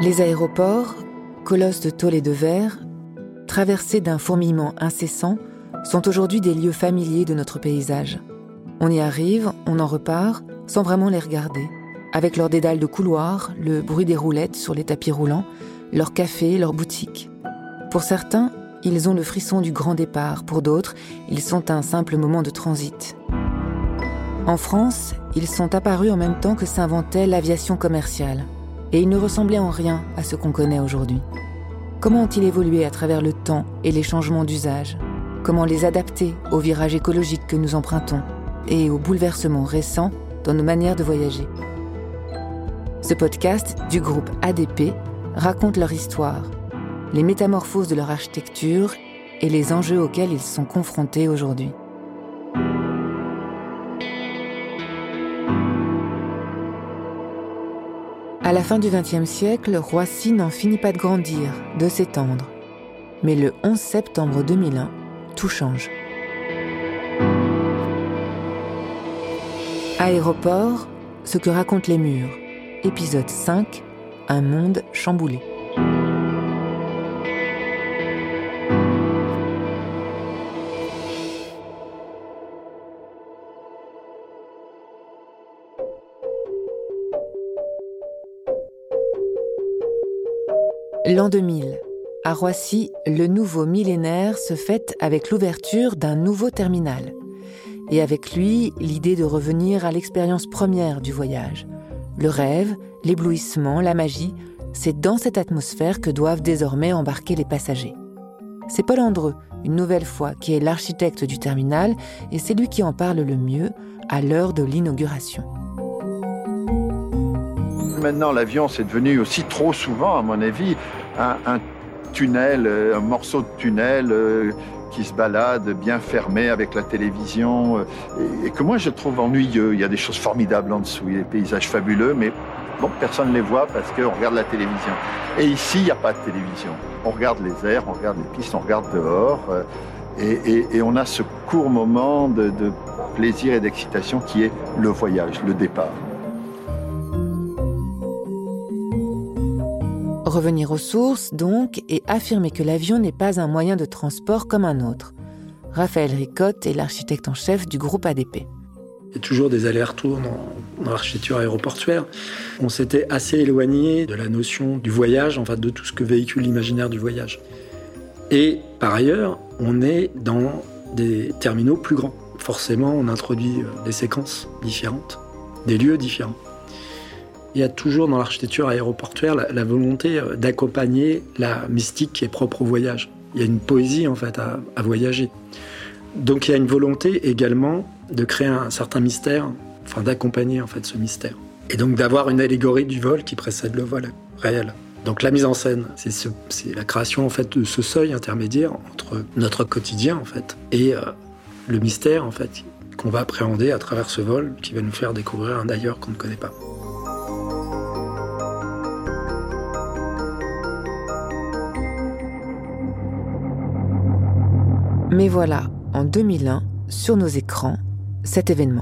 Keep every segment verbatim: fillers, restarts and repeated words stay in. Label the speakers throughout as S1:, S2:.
S1: Les aéroports, colosses de tôle et de verre, traversés d'un fourmillement incessant, sont aujourd'hui des lieux familiers de notre paysage. On y arrive, on en repart, sans vraiment les regarder, avec leurs dédales de couloirs, le bruit des roulettes sur les tapis roulants, leurs cafés, leurs boutiques. Pour certains, ils ont le frisson du grand départ. Pour d'autres, ils sont un simple moment de transit. En France, ils sont apparus en même temps que s'inventait l'aviation commerciale. Et ils ne ressemblaient en rien à ce qu'on connaît aujourd'hui. Comment ont-ils évolué à travers le temps et les changements d'usage ? Comment les adapter aux virages écologiques que nous empruntons et aux bouleversements récents dans nos manières de voyager ? Ce podcast du groupe A D P raconte leur histoire, les métamorphoses de leur architecture et les enjeux auxquels ils sont confrontés aujourd'hui. À la fin du vingtième siècle, Roissy n'en finit pas de grandir, de s'étendre. Mais le onze septembre deux mille un, tout change. Aéroport, ce que racontent les murs. Épisode cinq, un monde chamboulé. L'an deux mille. À Roissy, le nouveau millénaire se fête avec l'ouverture d'un nouveau terminal. Et avec lui, l'idée de revenir à l'expérience première du voyage. Le rêve, l'éblouissement, la magie, c'est dans cette atmosphère que doivent désormais embarquer les passagers. C'est Paul Andreu, une nouvelle fois, qui est l'architecte du terminal, et c'est lui qui en parle le mieux à l'heure de l'inauguration.
S2: Maintenant, l'avion, c'est devenu aussi trop souvent, à mon avis, un, un tunnel, un morceau de tunnel euh, qui se balade bien fermé avec la télévision, euh, et, et que moi, je trouve ennuyeux. Il y a des choses formidables en dessous, il y a des paysages fabuleux, mais bon, personne ne les voit parce qu'on regarde la télévision. Et ici, il n'y a pas de télévision. On regarde les airs, on regarde les pistes, on regarde dehors, euh, et, et, et on a ce court moment de, de plaisir et d'excitation qui est le voyage, le départ.
S1: Revenir aux sources, donc, et affirmer que l'avion n'est pas un moyen de transport comme un autre. Raphaël Ricotte est l'architecte en chef du groupe A D P.
S3: Il y a toujours des allers-retours dans, dans l'architecture aéroportuaire. On s'était assez éloigné de la notion du voyage, en fait, de tout ce que véhicule l'imaginaire du voyage. Et par ailleurs, on est dans des terminaux plus grands. Forcément, on introduit des séquences différentes, des lieux différents. Il y a toujours dans l'architecture aéroportuaire la, la volonté d'accompagner la mystique qui est propre au voyage. Il y a une poésie en fait à, à voyager. Donc il y a une volonté également de créer un certain mystère, enfin d'accompagner en fait ce mystère. Et donc d'avoir une allégorie du vol qui précède le vol réel. Donc la mise en scène, c'est, ce, c'est la création en fait de ce seuil intermédiaire entre notre quotidien en fait et euh, le mystère en fait qu'on va appréhender à travers ce vol qui va nous faire découvrir un ailleurs qu'on ne connaît pas.
S1: Mais voilà, en deux mille un, sur nos écrans, cet événement.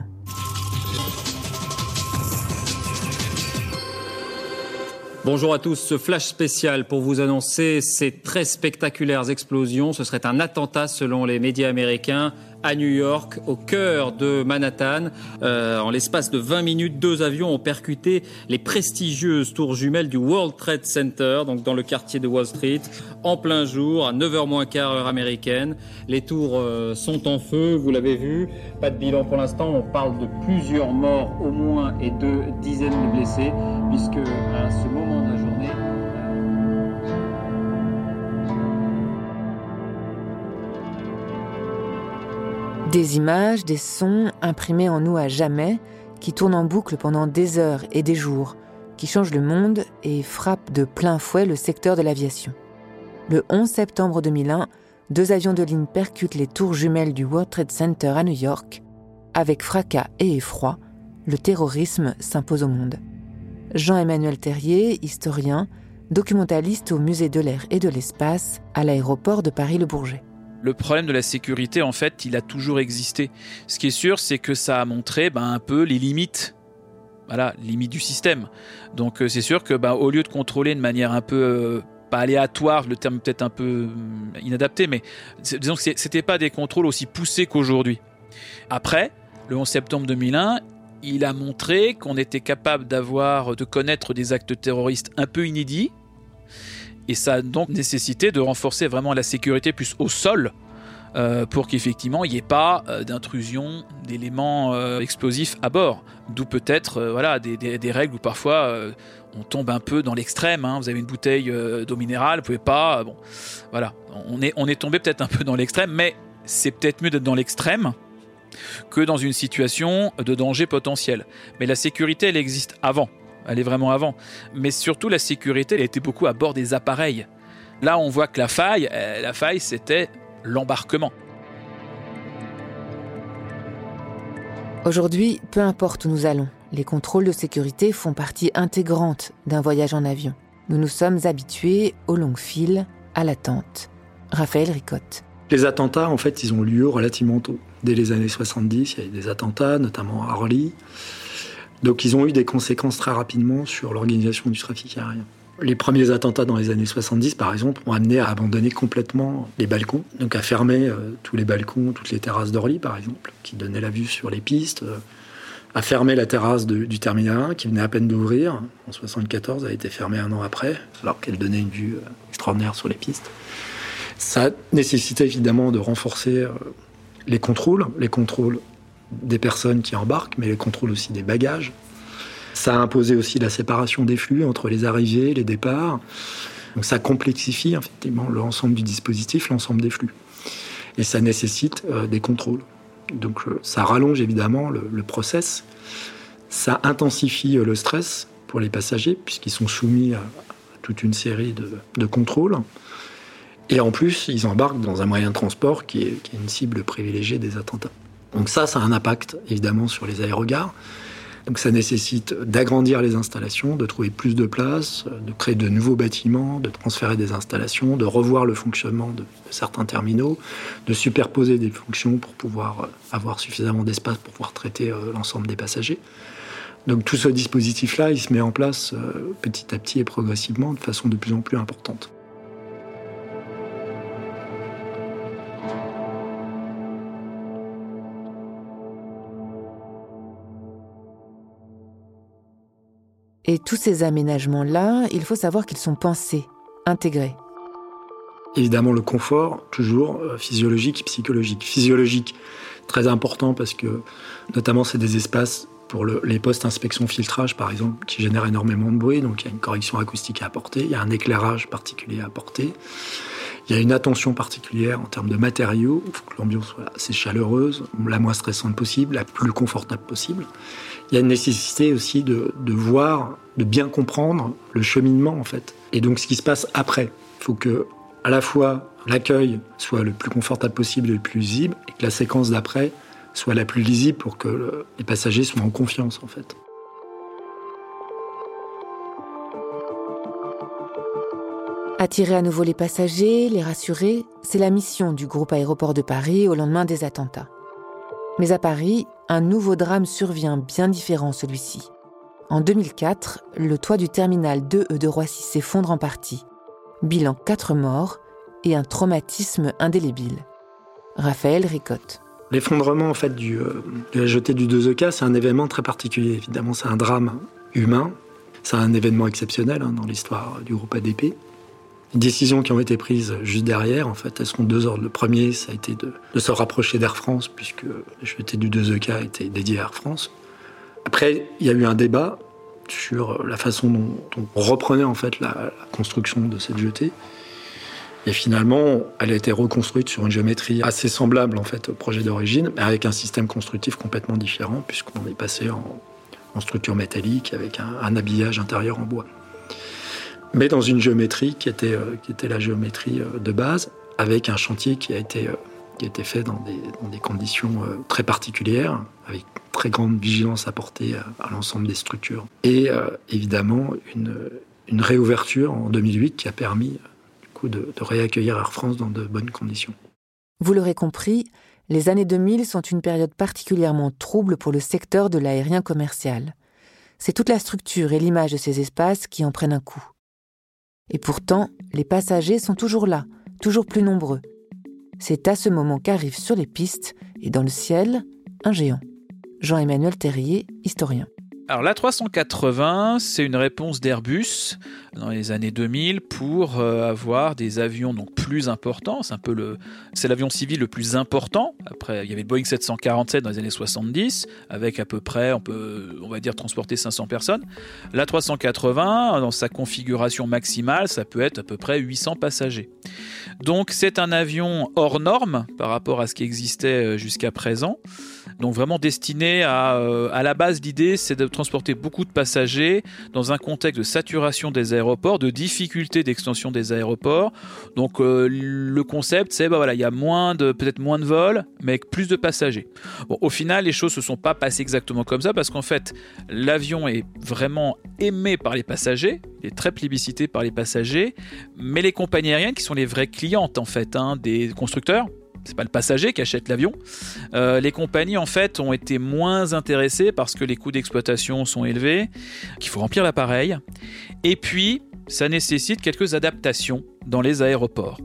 S4: Bonjour à tous, ce flash spécial pour vous annoncer ces très spectaculaires explosions. Ce serait un attentat selon les médias américains à New York, au cœur de Manhattan. Euh, en l'espace de vingt minutes, deux avions ont percuté les prestigieuses tours jumelles du World Trade Center, donc dans le quartier de Wall Street, en plein jour, à neuf heures moins quart heure américaine. Les tours euh, sont en feu, vous l'avez vu. Pas de bilan pour l'instant, on parle de plusieurs morts au moins et de dizaines de blessés, puisque à ce moment de la journée...
S1: Des images, des sons imprimés en nous à jamais, qui tournent en boucle pendant des heures et des jours, qui changent le monde et frappent de plein fouet le secteur de l'aviation. Le onze septembre deux mille un, deux avions de ligne percutent les tours jumelles du World Trade Center à New York. Avec fracas et effroi, le terrorisme s'impose au monde. Jean-Emmanuel Terrier, historien, documentaliste au Musée de l'air et de l'espace, à l'aéroport de Paris-Le Bourget.
S5: Le problème de la sécurité, en fait, il a toujours existé. Ce qui est sûr, c'est que ça a montré ben, un peu les limites voilà, limite du système. Donc euh, c'est sûr que bah, au lieu de contrôler de manière un peu euh, pas aléatoire, le terme peut-être un peu euh, inadapté, mais disons que c'était pas des contrôles aussi poussés qu'aujourd'hui. Après, le onze septembre deux mille un, il a montré qu'on était capable d'avoir, de connaître des actes terroristes un peu inédits, et ça a donc nécessité de renforcer vraiment la sécurité plus au sol, euh, pour qu'effectivement il n'y ait pas euh, d'intrusion d'éléments euh, explosifs à bord. D'où peut-être euh, voilà, des, des, des règles où parfois euh, on tombe un peu dans l'extrême, hein. Vous avez une bouteille euh, d'eau minérale, vous pouvez pas... Euh, bon, voilà, on est, on est tombé peut-être un peu dans l'extrême, mais c'est peut-être mieux d'être dans l'extrême que dans une situation de danger potentiel. Mais la sécurité, elle existe avant. Elle est vraiment avant. Mais surtout, la sécurité, elle était beaucoup à bord des appareils. Là, on voit que la faille, la faille, c'était l'embarquement.
S1: Aujourd'hui, peu importe où nous allons, les contrôles de sécurité font partie intégrante d'un voyage en avion. Nous nous sommes habitués aux longues files, à l'attente. Raphaël Ricotte.
S3: Les attentats, en fait, ils ont lieu relativement tôt. Dès les années soixante-dix, il y a eu des attentats, notamment à Orly. Donc, ils ont eu des conséquences très rapidement sur l'organisation du trafic aérien. Les premiers attentats dans les années soixante-dix, par exemple, ont amené à abandonner complètement les balcons, donc à fermer euh, tous les balcons, toutes les terrasses d'Orly, par exemple, qui donnaient la vue sur les pistes, euh, à fermer la terrasse de, du Terminal un, qui venait à peine d'ouvrir. En soixante-quatorze, elle a été fermée un an après, alors qu'elle donnait une vue euh, extraordinaire sur les pistes. Ça nécessitait évidemment de renforcer euh, les contrôles, les contrôles des personnes qui embarquent, mais les contrôles aussi des bagages. Ça a imposé aussi la séparation des flux entre les arrivées, les départs. Donc ça complexifie effectivement l'ensemble du dispositif, l'ensemble des flux. Et ça nécessite euh, des contrôles. Donc euh, ça rallonge évidemment le, le process. Ça intensifie euh, le stress pour les passagers, puisqu'ils sont soumis à, à toute une série de, de contrôles. Et en plus, ils embarquent dans un moyen de transport qui est, qui est une cible privilégiée des attentats. Donc ça, ça a un impact évidemment sur les aérogares. Donc ça nécessite d'agrandir les installations, de trouver plus de place, de créer de nouveaux bâtiments, de transférer des installations, de revoir le fonctionnement de, de certains terminaux, de superposer des fonctions pour pouvoir avoir suffisamment d'espace pour pouvoir traiter euh, l'ensemble des passagers. Donc tout ce dispositif-là, il se met en place euh, petit à petit et progressivement de façon de plus en plus importante.
S1: Et tous ces aménagements-là, il faut savoir qu'ils sont pensés, intégrés.
S3: Évidemment, le confort, toujours euh, physiologique et psychologique. Physiologique, très important parce que, notamment, c'est des espaces pour le, les postes inspection-filtrage, par exemple, qui génèrent énormément de bruit. Donc, il y a une correction acoustique à apporter, il y a un éclairage particulier à apporter. Il y a une attention particulière en termes de matériaux. Il faut que l'ambiance soit assez chaleureuse, la moins stressante possible, la plus confortable possible. Il y a une nécessité aussi de, de voir, de bien comprendre le cheminement, en fait. Et donc, ce qui se passe après. Il faut que, à la fois, l'accueil soit le plus confortable possible et le plus lisible, et que la séquence d'après soit la plus lisible pour que le, les passagers soient en confiance, en fait.
S1: Attirer à nouveau les passagers, les rassurer, c'est la mission du groupe Aéroports de Paris au lendemain des attentats. Mais à Paris, un nouveau drame survient bien différent celui-ci. En deux mille quatre, le toit du terminal deux E de Roissy s'effondre en partie. Bilan quatre morts et un traumatisme indélébile. Raphaël Ricotte.
S3: L'effondrement en fait, du, euh, de la jetée du deux E K, c'est un événement très particulier. Évidemment, c'est un drame humain. C'est un événement exceptionnel hein, dans l'histoire du groupe A D P. Les décisions qui ont été prises juste derrière, en fait, elles sont deux ordres. Le premier, ça a été de, de se rapprocher d'Air France, puisque la jetée du deux E K était dédiée à Air France. Après, il y a eu un débat sur la façon dont on reprenait en fait la, la construction de cette jetée. Et finalement, elle a été reconstruite sur une géométrie assez semblable en fait au projet d'origine, mais avec un système constructif complètement différent, puisqu'on est passé en, en structure métallique avec un, un habillage intérieur en bois. Mais dans une géométrie qui était, euh, qui était la géométrie euh, de base, avec un chantier qui a été, euh, qui a été fait dans des, dans des conditions euh, très particulières, avec très grande vigilance apportée à, à l'ensemble des structures. Et euh, évidemment, une, une réouverture en deux mille huit qui a permis du coup, de, de réaccueillir Air France dans de bonnes conditions.
S1: Vous l'aurez compris, les années deux mille sont une période particulièrement trouble pour le secteur de l'aérien commercial. c'est toute la structure et l'image de ces espaces qui en prennent un coup. Et pourtant, les passagers sont toujours là, toujours plus nombreux. C'est à ce moment qu'arrive sur les pistes et dans le ciel, un géant. Jean-Emmanuel Terrier, historien.
S5: Alors l'A trois cent quatre-vingts, c'est une réponse d'Airbus dans les années deux mille pour euh, avoir des avions donc plus importants. C'est un peu le, c'est l'avion civil le plus important. Après, il y avait le Boeing sept cent quarante-sept dans les années soixante-dix, avec à peu près, on peut, on va dire, transporter cinq cents personnes. L'A trois cent quatre-vingts, dans sa configuration maximale, ça peut être à peu près huit cents passagers. Donc c'est un avion hors norme par rapport à ce qui existait jusqu'à présent. Donc vraiment destiné à, euh, à la base, l'idée c'est de transporter beaucoup de passagers dans un contexte de saturation des aéroports, de difficulté d'extension des aéroports. Donc euh, le concept c'est bah voilà, il y a moins de peut-être moins de vols, mais avec plus de passagers. Bon, au final, les choses se sont pas passées exactement comme ça parce qu'en fait, l'avion est vraiment aimé par les passagers, il est très plébiscité par les passagers, mais les compagnies aériennes qui sont les vraies clientes en fait hein, des constructeurs. C'est pas le passager qui achète l'avion. Euh, les compagnies, en fait, ont été moins intéressées parce que les coûts d'exploitation sont élevés, qu'il faut remplir l'appareil. Et puis, ça nécessite quelques adaptations dans les aéroports.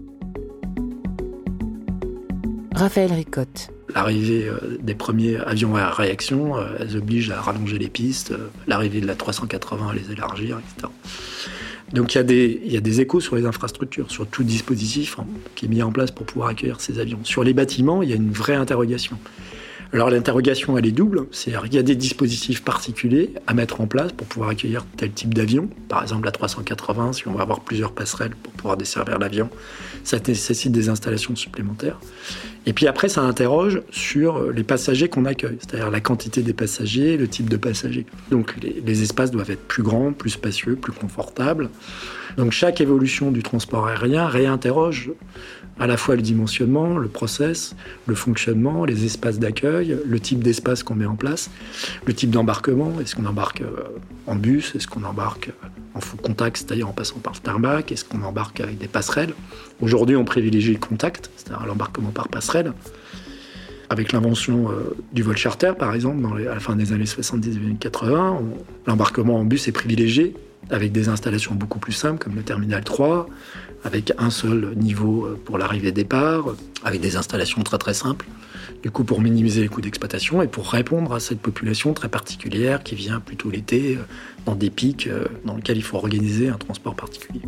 S1: Raphaël Ricotte.
S3: L'arrivée euh, des premiers avions à réaction, euh, elles obligent à rallonger les pistes, euh, l'arrivée de la trois cent quatre-vingts à les élargir, et cetera. Donc il y a des, il y a des échos sur les infrastructures, sur tout dispositif hein, qui est mis en place pour pouvoir accueillir ces avions. Sur les bâtiments, il y a une vraie interrogation. Alors l'interrogation, elle est double. C'est-à-dire qu'il y a des dispositifs particuliers à mettre en place pour pouvoir accueillir tel type d'avion. Par exemple, la trois cent quatre-vingts, si on va avoir plusieurs passerelles pour pouvoir desservir l'avion, ça nécessite des installations supplémentaires. Et puis après, ça interroge sur les passagers qu'on accueille, c'est-à-dire la quantité des passagers, le type de passagers. Donc les, les espaces doivent être plus grands, plus spacieux, plus confortables. Donc chaque évolution du transport aérien réinterroge à la fois le dimensionnement, le process, le fonctionnement, les espaces d'accueil, le type d'espace qu'on met en place, le type d'embarquement. Est-ce qu'on embarque en bus? Est-ce qu'on embarque en full contact, c'est-à-dire en passant par le tarmac? Est-ce qu'on embarque avec des passerelles? Aujourd'hui, on privilégie le contact, c'est-à-dire l'embarquement par passerelle. Avec l'invention euh, du vol charter, par exemple, dans les, à la fin des années soixante-dix et des années quatre-vingts, on, l'embarquement en bus est privilégié, avec des installations beaucoup plus simples, comme le terminal trois, avec un seul niveau pour l'arrivée-départ, avec des installations très très simples, du coup pour minimiser les coûts d'exploitation et pour répondre à cette population très particulière qui vient plutôt l'été, dans des pics dans lesquels il faut organiser un transport particulier.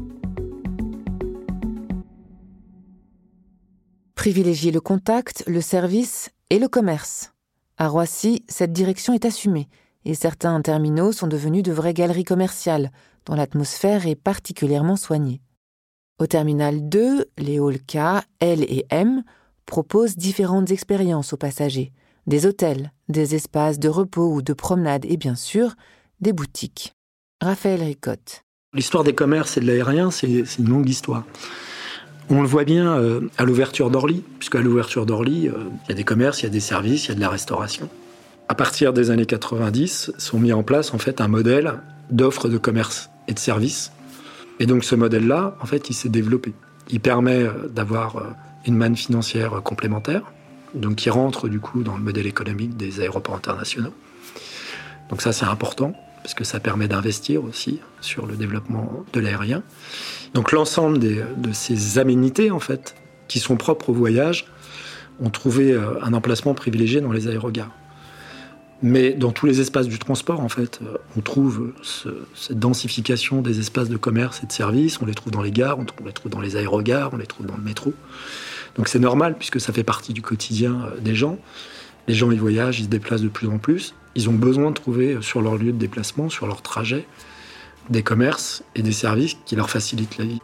S1: Privilégier le contact, le service et le commerce. À Roissy, cette direction est assumée et certains terminaux sont devenus de vraies galeries commerciales dont l'atmosphère est particulièrement soignée. Au terminal deux, les halls K, L et M proposent différentes expériences aux passagers, des hôtels, des espaces de repos ou de promenade et bien sûr, des boutiques. Raphaël Ricotte.
S3: L'histoire des commerces et de l'aérien, c'est, c'est une longue histoire. On le voit bien euh, à l'ouverture d'Orly, puisqu'à l'ouverture d'Orly, euh, il y a des commerces, il y a des services, il y a de la restauration. À partir des années quatre-vingt-dix, sont mis en place en fait un modèle d'offre de commerce et de services. Et donc ce modèle-là, en fait, il s'est développé. Il permet d'avoir une manne financière complémentaire, donc qui rentre du coup dans le modèle économique des aéroports internationaux. Donc ça, c'est important, parce que ça permet d'investir aussi sur le développement de l'aérien. Donc l'ensemble des, de ces aménités, en fait, qui sont propres au voyage, ont trouvé un emplacement privilégié dans les aérogares. Mais dans tous les espaces du transport, en fait, on trouve ce, cette densification des espaces de commerce et de services. On les trouve dans les gares, on les trouve dans les aérogares, on les trouve dans le métro. Donc c'est normal, puisque ça fait partie du quotidien des gens. Les gens, ils voyagent, ils se déplacent de plus en plus. Ils ont besoin de trouver sur leur lieu de déplacement, sur leur trajet, des commerces et des services qui leur facilitent la vie.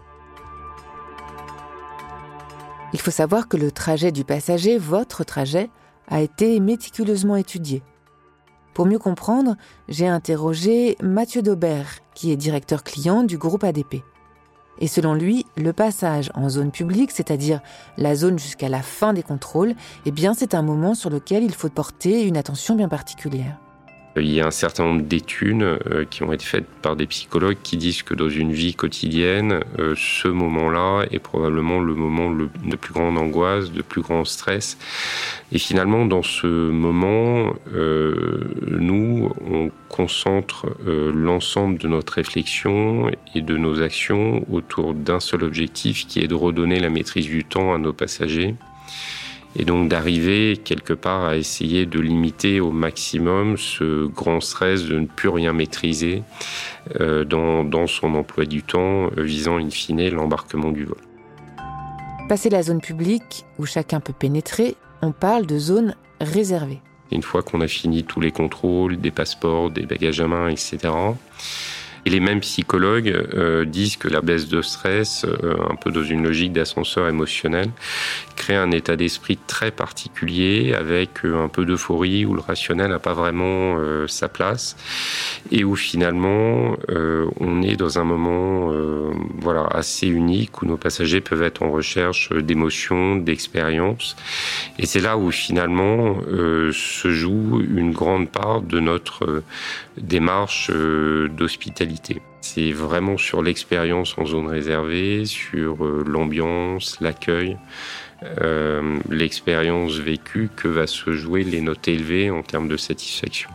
S1: Il faut savoir que le trajet du passager, votre trajet, a été méticuleusement étudié. Pour mieux comprendre, j'ai interrogé Mathieu Daubert, qui est directeur client du groupe A D P. Et selon lui, le passage en zone publique, c'est-à-dire la zone jusqu'à la fin des contrôles, eh bien c'est un moment sur lequel il faut porter une attention bien particulière.
S6: Il y a un certain nombre d'études euh, qui ont été faites par des psychologues qui disent que dans une vie quotidienne, euh, ce moment-là est probablement le moment le, de plus grande angoisse, de plus grand stress. Et finalement, dans ce moment, euh, nous, on concentre euh, l'ensemble de notre réflexion et de nos actions autour d'un seul objectif qui est de redonner la maîtrise du temps à nos passagers. Et donc d'arriver quelque part à essayer de limiter au maximum ce grand stress de ne plus rien maîtriser euh, dans, dans son emploi du temps, euh, visant in fine l'embarquement du vol.
S1: Passé la zone publique, où chacun peut pénétrer, on parle de zone réservée.
S6: Une fois qu'on a fini tous les contrôles, des passeports, des bagages à main, et cetera, et les mêmes psychologues euh, disent que la baisse de stress, euh, un peu dans une logique d'ascenseur émotionnel, crée un état d'esprit très particulier avec euh, un peu d'euphorie où le rationnel n'a pas vraiment euh, sa place et où finalement euh, on est dans un moment euh, voilà, assez unique où nos passagers peuvent être en recherche d'émotions, d'expériences. Et c'est là où finalement euh, se joue une grande part de notre euh, démarche euh, d'hospitalité. C'est vraiment sur l'expérience en zone réservée, sur euh, l'ambiance, l'accueil, euh, l'expérience vécue que va se jouer les notes élevées en termes de satisfaction.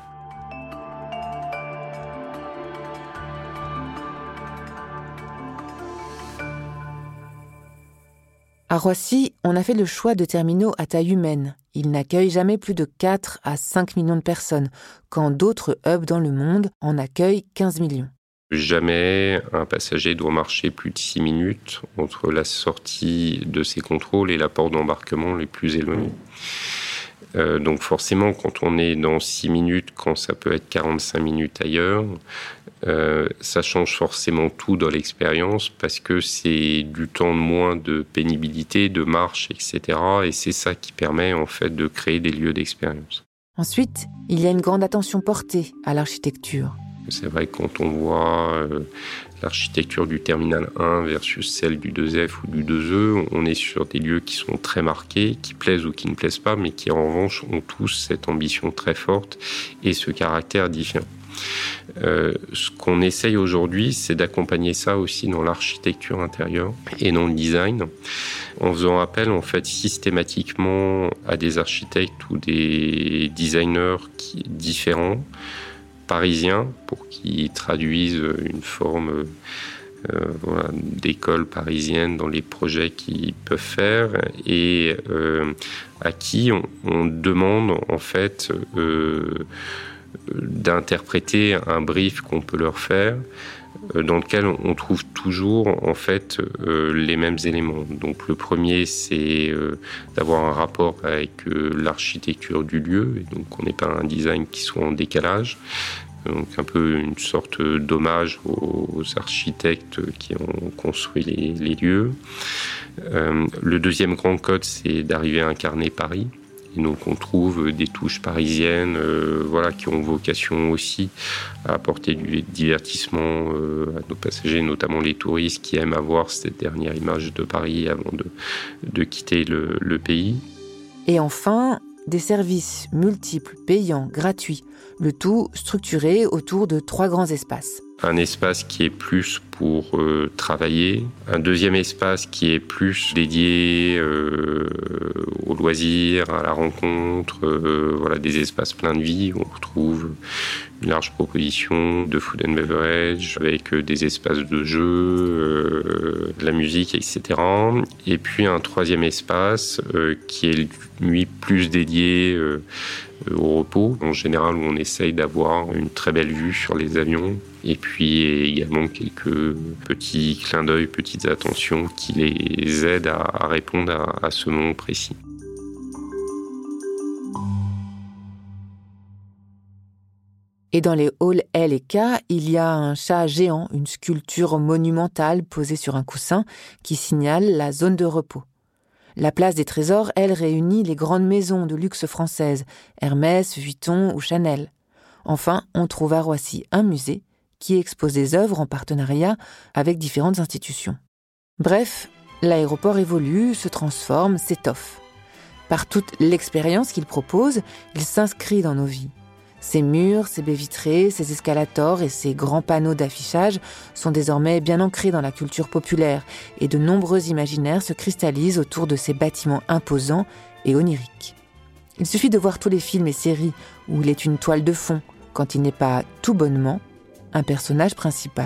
S1: À Roissy, on a fait le choix de terminaux à taille humaine. Ils n'accueillent jamais plus de quatre à cinq millions de personnes, quand d'autres hubs dans le monde en accueillent quinze millions.
S6: Jamais un passager doit marcher plus de six minutes entre la sortie de ses contrôles et la porte d'embarquement les plus éloignés. Euh, donc forcément, quand on est dans six minutes, quand ça peut être quarante-cinq minutes ailleurs, euh, ça change forcément tout dans l'expérience parce que c'est du temps de moins de pénibilité, de marche, et cetera. Et c'est ça qui permet en fait de créer des lieux d'expérience.
S1: Ensuite, il y a une grande attention portée à l'architecture.
S6: C'est vrai que quand on voit euh, l'architecture du terminal un versus celle du deux F ou du deux E, on est sur des lieux qui sont très marqués, qui plaisent ou qui ne plaisent pas, mais qui en revanche ont tous cette ambition très forte et ce caractère différent. Euh, ce qu'on essaye aujourd'hui, c'est d'accompagner ça aussi dans l'architecture intérieure et dans le design, en faisant appel en fait systématiquement à des architectes ou des designers qui, différents, parisiens, pour qu'ils traduisent une forme euh, voilà, d'école parisienne dans les projets qu'ils peuvent faire et euh, à qui on, on demande en fait euh, d'interpréter un brief qu'on peut leur faire dans lequel on trouve toujours en fait euh, les mêmes éléments. Donc le premier, c'est euh, d'avoir un rapport avec euh, l'architecture du lieu, et donc on n'est pas un design qui soit en décalage. Donc un peu une sorte d'hommage aux architectes qui ont construit les, les lieux. Euh, le deuxième grand code, c'est d'arriver à incarner Paris. Et donc on trouve des touches parisiennes euh, voilà, qui ont vocation aussi à apporter du divertissement euh, à nos passagers, notamment les touristes qui aiment avoir cette dernière image de Paris avant de, de quitter le, le pays.
S1: Et enfin, des services multiples, payants, gratuits, le tout structuré autour de trois grands espaces.
S6: Un espace qui est plus pour euh, travailler, un deuxième espace qui est plus dédié euh, aux loisirs, à la rencontre, euh, voilà, des espaces pleins de vie où on retrouve une large proposition de food and beverage avec des espaces de jeu, euh, de la musique, et cetera. Et puis un troisième espace euh, qui est lui plus dédié euh, au repos, en général où on essaye d'avoir une très belle vue sur les avions. Et puis également quelques petits clins d'œil, petites attentions qui les aident à, à répondre à, à ce moment précis.
S1: Et dans les halls L et K, il y a un chat géant, une sculpture monumentale posée sur un coussin qui signale la zone de repos. La place des Trésors, elle, réunit les grandes maisons de luxe françaises, Hermès, Vuitton ou Chanel. Enfin, on trouve à Roissy un musée qui expose des œuvres en partenariat avec différentes institutions. Bref, l'aéroport évolue, se transforme, s'étoffe. Par toute l'expérience qu'il propose, il s'inscrit dans nos vies. Ces murs, ces baies vitrées, ces escalators et ces grands panneaux d'affichage sont désormais bien ancrés dans la culture populaire et de nombreux imaginaires se cristallisent autour de ces bâtiments imposants et oniriques. Il suffit de voir tous les films et séries où il est une toile de fond, quand il n'est pas tout bonnement un personnage principal.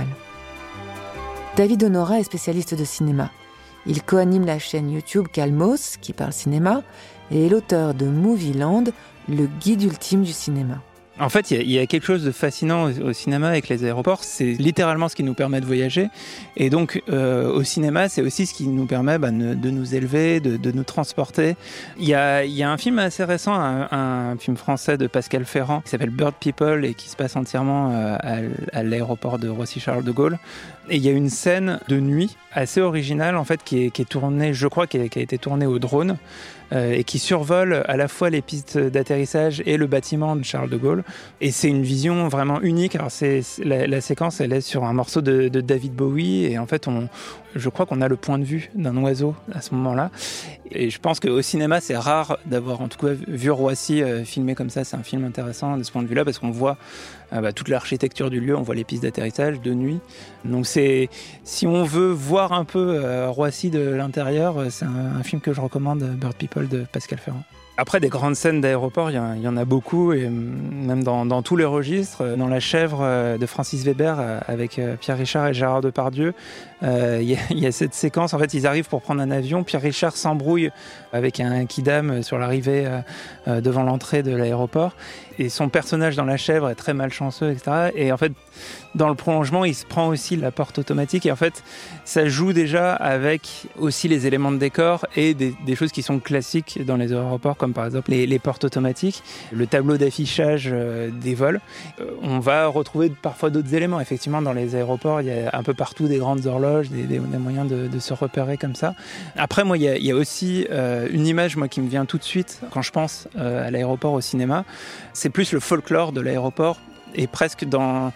S1: David Honora est spécialiste de cinéma. Il co-anime la chaîne YouTube Calmos, qui parle cinéma, et est l'auteur de Movieland, le guide ultime du cinéma.
S7: En fait, il y, y a quelque chose de fascinant au, au cinéma avec les aéroports. C'est littéralement ce qui nous permet de voyager. Et donc, euh, au cinéma, c'est aussi ce qui nous permet bah, de, de nous élever, de, de nous transporter. Il y a, y a un film assez récent, un, un film français de Pascal Ferrand, qui s'appelle Bird People et qui se passe entièrement à, à l'aéroport de Roissy-Charles de Gaulle. Et il y a une scène de nuit assez originale, en fait, qui est, qui est tournée, je crois, qui a, qui a été tournée au drone. Euh, et qui survole à la fois les pistes d'atterrissage et le bâtiment de Charles de Gaulle. Et c'est une vision vraiment unique. Alors c'est, c'est la, la séquence, elle est sur un morceau de, de David Bowie, et en fait, on, je crois qu'on a le point de vue d'un oiseau à ce moment-là. Et je pense qu'au cinéma, c'est rare d'avoir en tout cas vu Roissy euh, filmé comme ça. C'est un film intéressant de ce point de vue-là, parce qu'on voit euh, bah, toute l'architecture du lieu, on voit les pistes d'atterrissage de nuit. Donc c'est, si on veut voir un peu euh, Roissy de l'intérieur, c'est un, un film que je recommande, Bird People de Pascal Ferrand. Après, des grandes scènes d'aéroport, il y, y en a beaucoup, et même dans, dans tous les registres. Dans La Chèvre de Francis Weber, avec Pierre Richard et Gérard Depardieu, euh, il, y a, il y a cette séquence. En fait, ils arrivent pour prendre un avion. Pierre Richard s'embrouille avec un kidam sur l'arrivée euh, devant l'entrée de l'aéroport. Et son personnage dans La Chèvre est très malchanceux, et cetera. Et en fait, dans le prolongement, il se prend aussi la porte automatique. Et en fait, ça joue déjà avec aussi les éléments de décor et des, des choses qui sont classiques dans les aéroports, comme par exemple les, les portes automatiques, le tableau d'affichage euh, des vols. Euh, on va retrouver parfois d'autres éléments. Effectivement, dans les aéroports, il y a un peu partout des grandes horloges, des, des, des moyens de, de se repérer comme ça. Après, moi, il y a, il y a aussi euh, une image moi, qui me vient tout de suite quand je pense euh, à l'aéroport au cinéma. C'est plus le folklore de l'aéroport et presque dans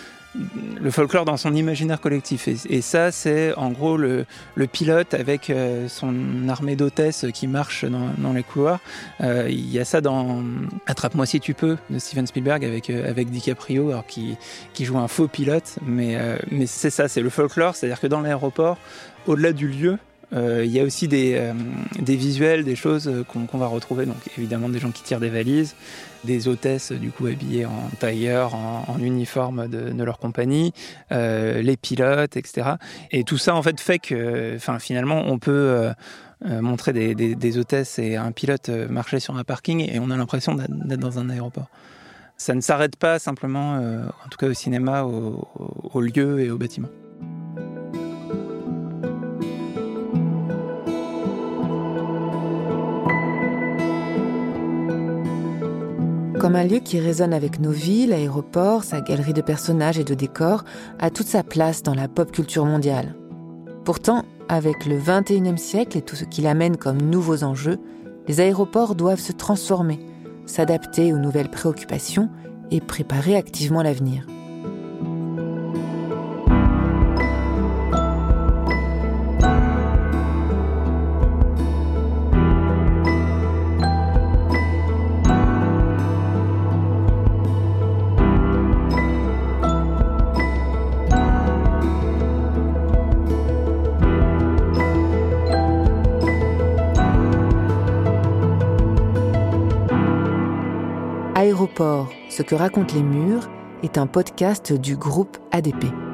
S7: le folklore dans son imaginaire collectif. Et, et ça, c'est en gros le, le pilote avec euh, son armée d'hôtesses qui marche dans, dans les couloirs. Euh, il y a ça dans Attrape-moi si tu peux de Steven Spielberg avec, euh, avec DiCaprio, alors qui, qui joue un faux pilote. Mais, euh, mais c'est ça, c'est le folklore, c'est-à-dire que dans l'aéroport, au-delà du lieu, Euh, il y a aussi des, euh, des visuels, des choses qu'on, qu'on va retrouver. Donc évidemment des gens qui tirent des valises, des hôtesses du coup habillées en tailleur, en, en uniforme de, de leur compagnie, euh, les pilotes, et cetera. Et tout ça en fait fait que, enfin finalement, on peut euh, euh, montrer des, des, des hôtesses et un pilote marcher sur un parking et on a l'impression d'être, d'être dans un aéroport. Ça ne s'arrête pas simplement, euh, en tout cas au cinéma, au, au, au lieu et au bâtiment.
S1: Comme un lieu qui résonne avec nos vies, l'aéroport, sa galerie de personnages et de décors, a toute sa place dans la pop culture mondiale. Pourtant, avec le vingt et unième siècle et tout ce qu'il amène comme nouveaux enjeux, les aéroports doivent se transformer, s'adapter aux nouvelles préoccupations et préparer activement l'avenir. Aéroport, ce que racontent les murs, est un podcast du groupe A D P.